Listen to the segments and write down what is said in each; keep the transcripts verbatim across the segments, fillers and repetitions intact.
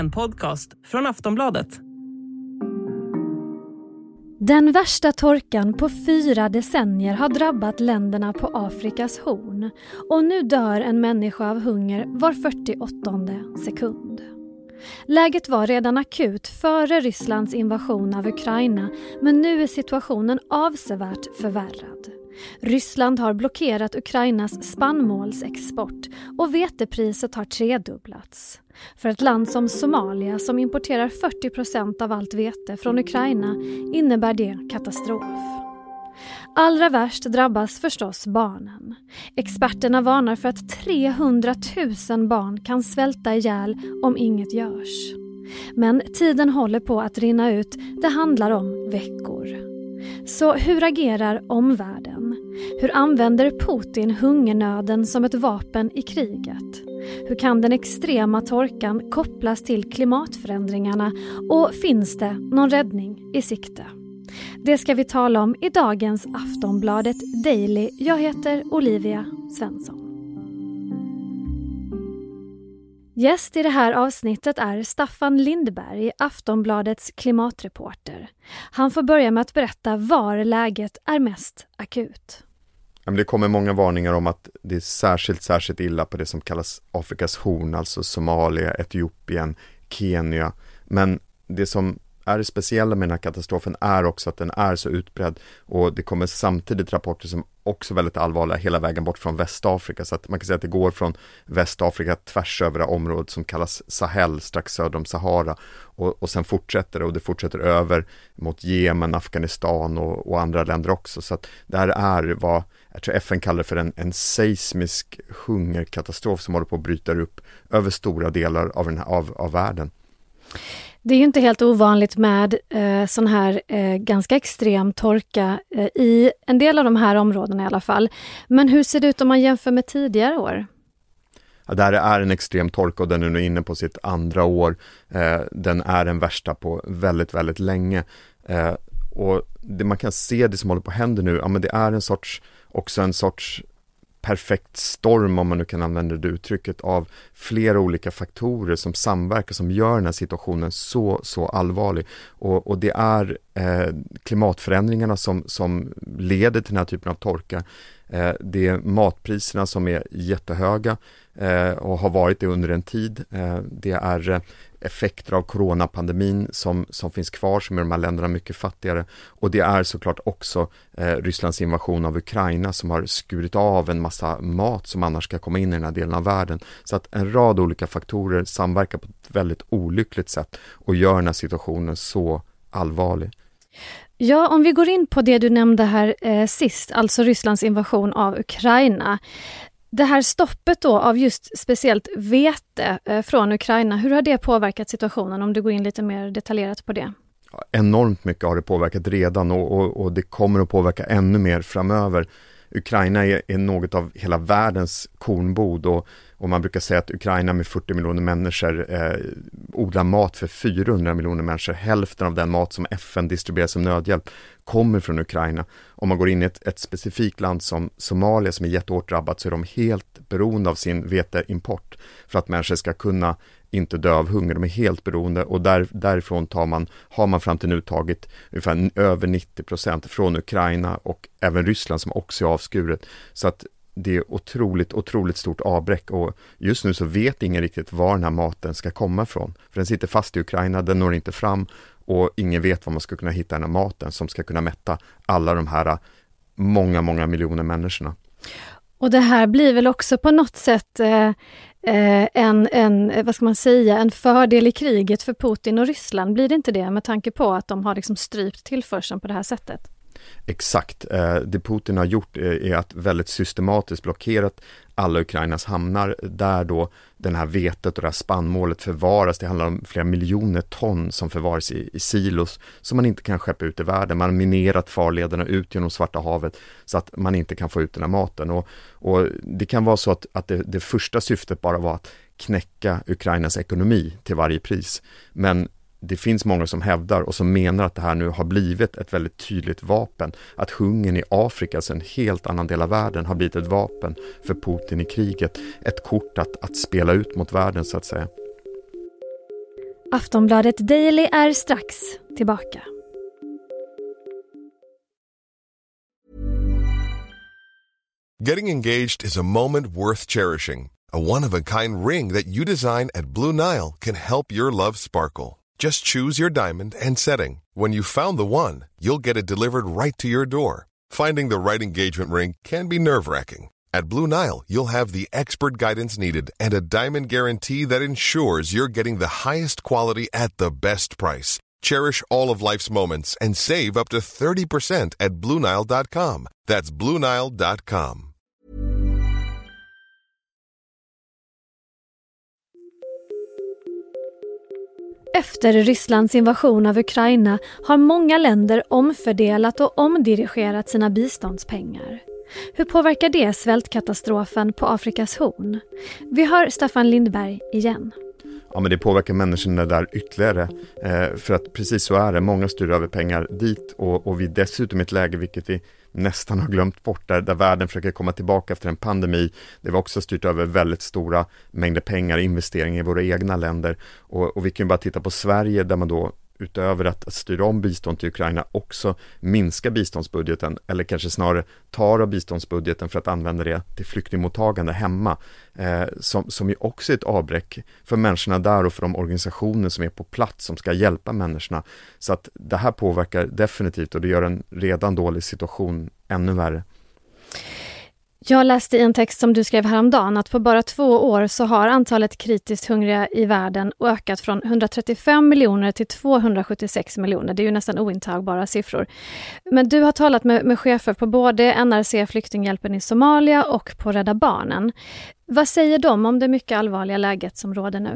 en podcast från Aftonbladet. Den värsta torkan på fyra decennier har drabbat länderna på Afrikas horn och nu dör en människa av hunger var fyrtioåttonde sekund. Läget var redan akut före Rysslands invasion av Ukraina, men nu är situationen avsevärt förvärrad. Ryssland har blockerat Ukrainas spannmålsexport och vetepriset har tredubblats. För ett land som Somalia, som importerar fyrtio procent av allt vete från Ukraina, innebär det katastrof. Allra värst drabbas förstås barnen. Experterna varnar för att trehundratusen barn kan svälta ihjäl om inget görs. Men tiden håller på att rinna ut, det handlar om veckor. Så hur agerar omvärlden? Hur använder Putin hungernöden som ett vapen i kriget? Hur kan den extrema torkan kopplas till klimatförändringarna och finns det någon räddning i sikte? Det ska vi tala om i dagens Aftonbladet Daily. Jag heter Olivia Svensson. Gäst i det här avsnittet är Staffan Lindberg, Aftonbladets klimatreporter. Han får börja med att berätta var läget är mest akut. Det kommer många varningar om att det är särskilt, särskilt illa på det som kallas Afrikas horn, alltså Somalia, Etiopien, Kenya. Men det som är det speciella med den här katastrofen är också att den är så utbredd, och det kommer samtidigt rapporter som också är väldigt allvarliga hela vägen bort från Västafrika, så att man kan säga att det går från Västafrika tvärs över det området som kallas Sahel strax söder om Sahara, och, och sen fortsätter det, och det fortsätter över mot Jemen, Afghanistan och, och andra länder också. Så att det här är vad jag tror F N kallar för en, en seismisk hungerkatastrof som håller på att bryta upp över stora delar av, den här, av, av världen. Det är ju inte helt ovanligt med eh, sån här eh, ganska extrem torka eh, i en del av de här områdena i alla fall. Men hur ser det ut om man jämför med tidigare år? Ja, det här är en extrem torka och den är nu inne på sitt andra år. Eh, den är den värsta på väldigt, väldigt länge. Eh, och det man kan se, det som håller på att hända nu, ja, men det är en sorts, också en sorts perfekt storm, om man nu kan använda det uttrycket, av flera olika faktorer som samverkar, som gör den här situationen så, så allvarlig. Och, och det är eh, klimatförändringarna som, som leder till den här typen av torka. Eh, det är matpriserna som är jättehöga eh, och har varit det under en tid. Eh, det är eh, effekter av coronapandemin som, som finns kvar, som gör de här länderna mycket fattigare. Och det är såklart också eh, Rysslands invasion av Ukraina som har skurit av en massa mat som annars ska komma in i den här delen av världen. Så att en rad olika faktorer samverkar på ett väldigt olyckligt sätt och gör den här situationen så allvarlig. Ja, om vi går in på det du nämnde här eh, sist, alltså Rysslands invasion av Ukraina. Det här stoppet då av just speciellt vete eh, från Ukraina, hur har det påverkat situationen, om du går in lite mer detaljerat på det? Ja, enormt mycket har det påverkat redan och, och, och det kommer att påverka ännu mer framöver. Ukraina är, är något av hela världens kornbod, och, och man brukar säga att Ukraina med fyrtio miljoner människor eh, odlar mat för fyrahundra miljoner människor. Hälften av den mat som F N distribuerar som nödhjälp kommer från Ukraina. Om man går in i ett, ett specifikt land som Somalia som är jättehårt drabbat, så är de helt beroende av sin veteimport för att människor ska kunna inte dö av hunger. De är helt beroende, och där, därifrån tar man, har man fram till nu tagit ungefär över nittio procent från Ukraina och även Ryssland som också är avskuret. Så att det är otroligt, otroligt stort avbräck, och just nu så vet ingen riktigt var den här maten ska komma från. För den sitter fast i Ukraina, den når inte fram, och ingen vet var man ska kunna hitta den här maten som ska kunna mätta alla de här många, många miljoner människorna. Och det här blir väl också på något sätt eh, en, en, vad ska man säga, en fördel i kriget för Putin och Ryssland. Blir det inte det, med tanke på att de har liksom strypt tillförseln på det här sättet? Exakt. Det Putin har gjort är att väldigt systematiskt blockerat alla Ukrainas hamnar där då den här vetet och det här spannmålet förvaras. Det handlar om flera miljoner ton som förvaras i, i silos som man inte kan skeppa ut i världen. Man har minerat farlederna ut genom Svarta havet så att man inte kan få ut den här maten. Och, och det kan vara så att, att det, det första syftet bara var att knäcka Ukrainas ekonomi till varje pris. Men det finns många som hävdar och som menar att det här nu har blivit ett väldigt tydligt vapen. Att hungern i Afrika, alltså en helt annan del av världen, har blivit ett vapen för Putin i kriget. Ett kort att, att spela ut mot världen, så att säga. Aftonbladet Daily är strax tillbaka. Getting engaged is a moment worth cherishing. A one-of-a-kind ring that you design at Blue Nile can help your love sparkle. Just choose your diamond and setting. When you've found the one, you'll get it delivered right to your door. Finding the right engagement ring can be nerve-wracking. At Blue Nile, you'll have the expert guidance needed and a diamond guarantee that ensures you're getting the highest quality at the best price. Cherish all of life's moments and save up to thirty percent at blue nile dot com. That's blue nile dot com. Efter Rysslands invasion av Ukraina har många länder omfördelat och omdirigerat sina biståndspengar. Hur påverkar det svältkatastrofen på Afrikas horn? Vi hör Staffan Lindberg igen. Ja, men det påverkar människorna där ytterligare. Eh, för att precis så är det. Många styr över pengar dit och, och vi är dessutom i ett läge, vilket vi nästan har glömt bort, där, där världen försöker komma tillbaka efter en pandemi. Det var också styrt över väldigt stora mängder pengar, investeringar i våra egna länder. Och, och vi kan ju bara titta på Sverige där man då utöver att styra om bistånd till Ukraina också minska biståndsbudgeten, eller kanske snarare tar av biståndsbudgeten för att använda det till flyktingmottagande hemma, eh, som, som ju också är ett avbräck för människorna där och för de organisationer som är på plats som ska hjälpa människorna. Så att det här påverkar definitivt och det gör en redan dålig situation ännu värre. Jag läste i en text som du skrev häromdagen att på bara två år så har antalet kritiskt hungriga i världen ökat från hundratrettiofem miljoner till tvåhundrasjuttiosex miljoner. Det är ju nästan ointagbara siffror. Men du har talat med, med chefer på både N R C Flyktinghjälpen i Somalia och på Rädda Barnen. Vad säger de om det mycket allvarliga läget som råder nu?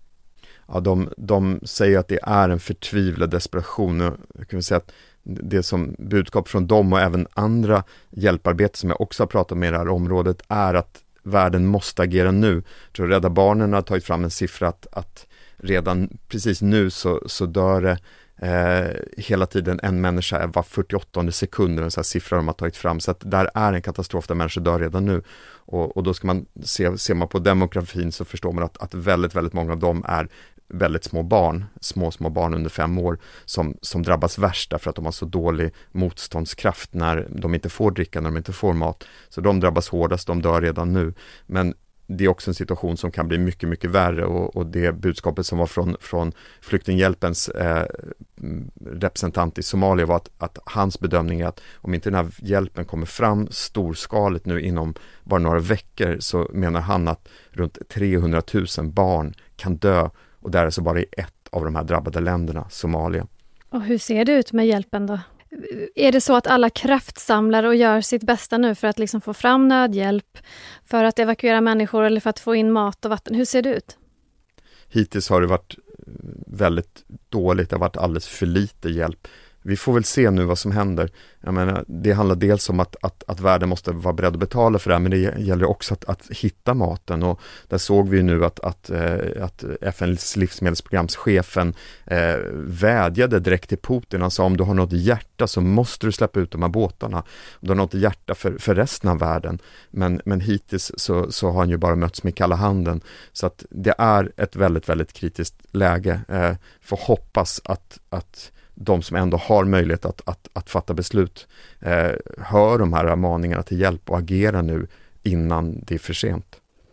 Ja, de, de säger att det är en förtvivlad desperation. Jag kan säga att det som budskap från dem och även andra hjälparbete som jag också har pratat med i det här området är att världen måste agera nu. Jag tror Rädda Barnen har tagit fram en siffra att, att redan precis nu så, så dör det eh, hela tiden en människa var fyrtioåttonde sekund, en sån här siffra de har tagit fram. Så att där är en katastrof där människor dör redan nu. Och, och då ska man se, ser man på demografin så förstår man att, att väldigt, väldigt många av dem är väldigt små barn, små små barn under fem år som, som drabbas värst därför att de har så dålig motståndskraft när de inte får dricka, när de inte får mat. Så de drabbas hårdast, de dör redan nu. Men det är också en situation som kan bli mycket, mycket värre och, och det budskapet som var från, från Flyktinghjälpens eh, representant i Somalia var att, att hans bedömning är att om inte den här hjälpen kommer fram storskaligt nu inom bara några veckor så menar han att runt trehundratusen barn kan dö. Och där är så bara i ett av de här drabbade länderna, Somalia. Och hur ser det ut med hjälpen då? Är det så att alla kraftsamlar och gör sitt bästa nu för att liksom få fram nödhjälp, för att evakuera människor eller för att få in mat och vatten? Hur ser det ut? Hittills har det varit väldigt dåligt, det har varit alldeles för lite hjälp. Vi får väl se nu vad som händer. Jag menar, det handlar dels om att, att, att världen måste vara beredd att betala för det här, men det gäller också att, att hitta maten. Och där såg vi nu att, att, att F N:s livsmedelsprogramschefen eh, vädjade direkt till Putin. Han sa om du har något hjärta så måste du släppa ut de här båtarna. Om du har något hjärta för, för resten av världen. Men, men hittills så, så har han ju bara mötts med kalla handen. Så att det är ett väldigt, väldigt kritiskt läge. Eh, får hoppas att, att de som ändå har möjlighet att, att, att fatta beslut eh, hör de här maningarna till hjälp och agerar nu innan det är för sent.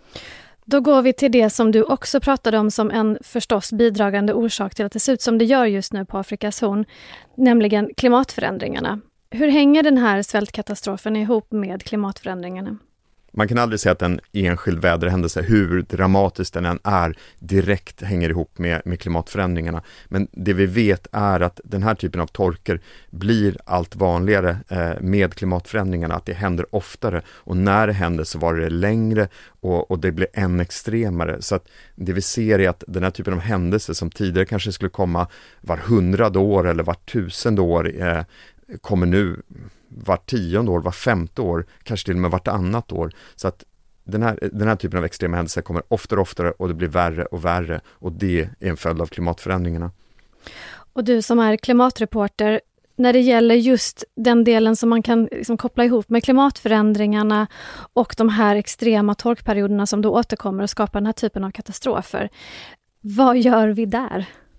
Då går vi till det som du också pratade om som en förstås bidragande orsak till att det ser ut som det gör just nu på Afrikas horn, nämligen klimatförändringarna. Hur hänger den här svältkatastrofen ihop med klimatförändringarna? Man kan aldrig säga att en enskild väderhändelse, hur dramatisk den än är, direkt hänger ihop med, med klimatförändringarna. Men det vi vet är att den här typen av torker blir allt vanligare eh, med klimatförändringarna, att det händer oftare. Och när det händer så var det längre och, och det blir än extremare. Så att det vi ser är att den här typen av händelser som tidigare kanske skulle komma var hundrade år eller var tusende år eh, kommer nu var tionde år, var femte år, kanske till och med vartannat år. Så att den här, den här typen av extrema händelser kommer oftare och oftare och det blir värre och värre. Och det är en följd av klimatförändringarna. Och du som är klimatreporter, när det gäller just den delen som man kan liksom koppla ihop med klimatförändringarna och de här extrema torkperioderna som då återkommer och skapar den här typen av katastrofer. Vad gör vi där?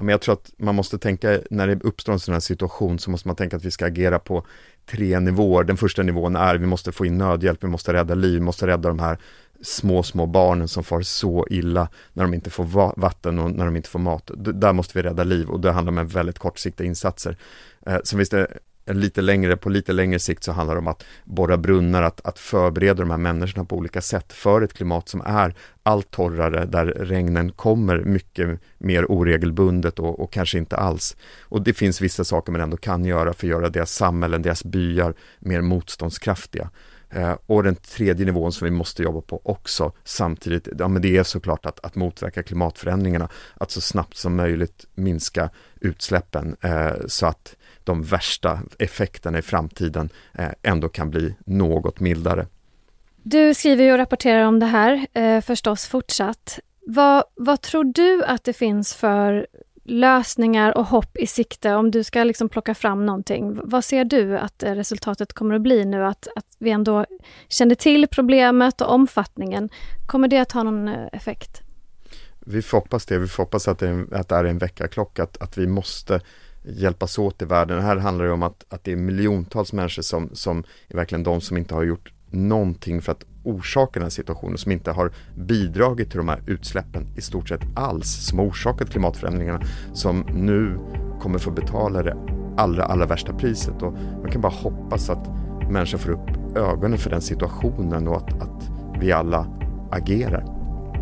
Men jag tror att man måste tänka, när det uppstår en sån här situation så måste man tänka att vi ska agera på tre nivåer. Den första nivån är vi måste få in nödhjälp, vi måste rädda liv, vi måste rädda de här små, små barnen som får så illa när de inte får va- vatten och när de inte får mat. D- där måste vi rädda liv och det handlar om väldigt kortsiktiga insatser. Eh, så visst är lite längre, på lite längre sikt så handlar det om att borra brunnar, att, att förbereda de här människorna på olika sätt för ett klimat som är allt torrare, där regnen kommer mycket mer oregelbundet och, och kanske inte alls. Och det finns vissa saker man ändå kan göra för att göra deras samhällen, deras byar mer motståndskraftiga. Eh, och den tredje nivån som vi måste jobba på också samtidigt, ja, men det är såklart att, att motverka klimatförändringarna, att så snabbt som möjligt minska utsläppen eh, så att de värsta effekterna i framtiden eh, ändå kan bli något mildare. Du skriver ju och rapporterar om det här, eh, förstås fortsatt. Vad, vad tror du att det finns för lösningar och hopp i sikte om du ska liksom plocka fram någonting? Vad ser du att resultatet kommer att bli nu? Att, att vi ändå känner till problemet och omfattningen. Kommer det att ha någon effekt? Vi får hoppas det. Vi får hoppas att det är, att det är en väckarklocka. Att, att vi måste hjälpas åt i världen. Det här handlar ju om att, att det är miljontals människor som, som är verkligen de som inte har gjort någonting för att orsaka den här situationen, som inte har bidragit till de här utsläppen i stort sett alls, som har orsakat klimatförändringarna, som nu kommer få betala det allra, allra värsta priset. Och man kan bara hoppas att människor får upp ögonen för den situationen och att, att vi alla agerar.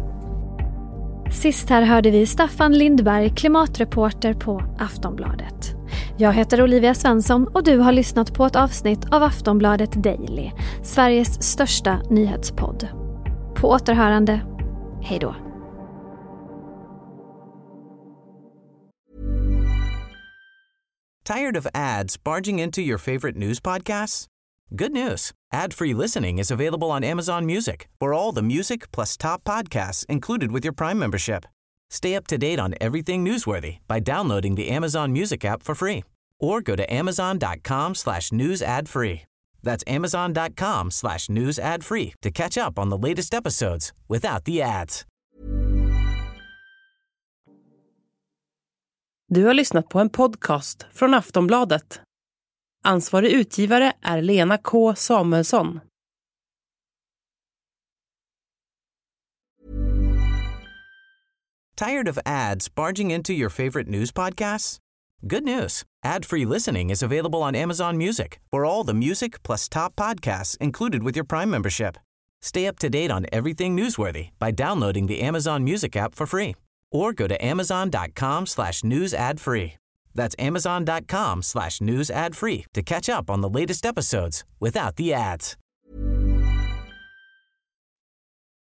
Sist här hörde vi Staffan Lindberg, klimatreporter på Aftonbladet. Jag heter Olivia Svensson och du har lyssnat på ett avsnitt av Aftonbladet Daily, Sveriges största nyhetspodd. På återhörande, hej då. Tired of ads barging into your favorite news podcasts? Good news. Ad-free listening is available on Amazon Music for all the music plus top podcasts included with your Prime membership. Stay up to date on everything newsworthy by downloading the Amazon Music app for free or go to amazon.com slash news ad free. That's amazon.com slash news ad free to catch up on the latest episodes without the ads. Du har lyssnat på en podcast från Aftonbladet. Ansvarig utgivare är Lena K. Samuelsson. Tired of ads barging into your favorite news podcasts? Good news. Ad-free listening is available on Amazon Music for all the music plus top podcasts included with your Prime membership. Stay up to date on everything newsworthy by downloading the Amazon Music app for free or go to amazon.com slash news ad free. That's amazon.com slash news ad free to catch up on the latest episodes without the ads.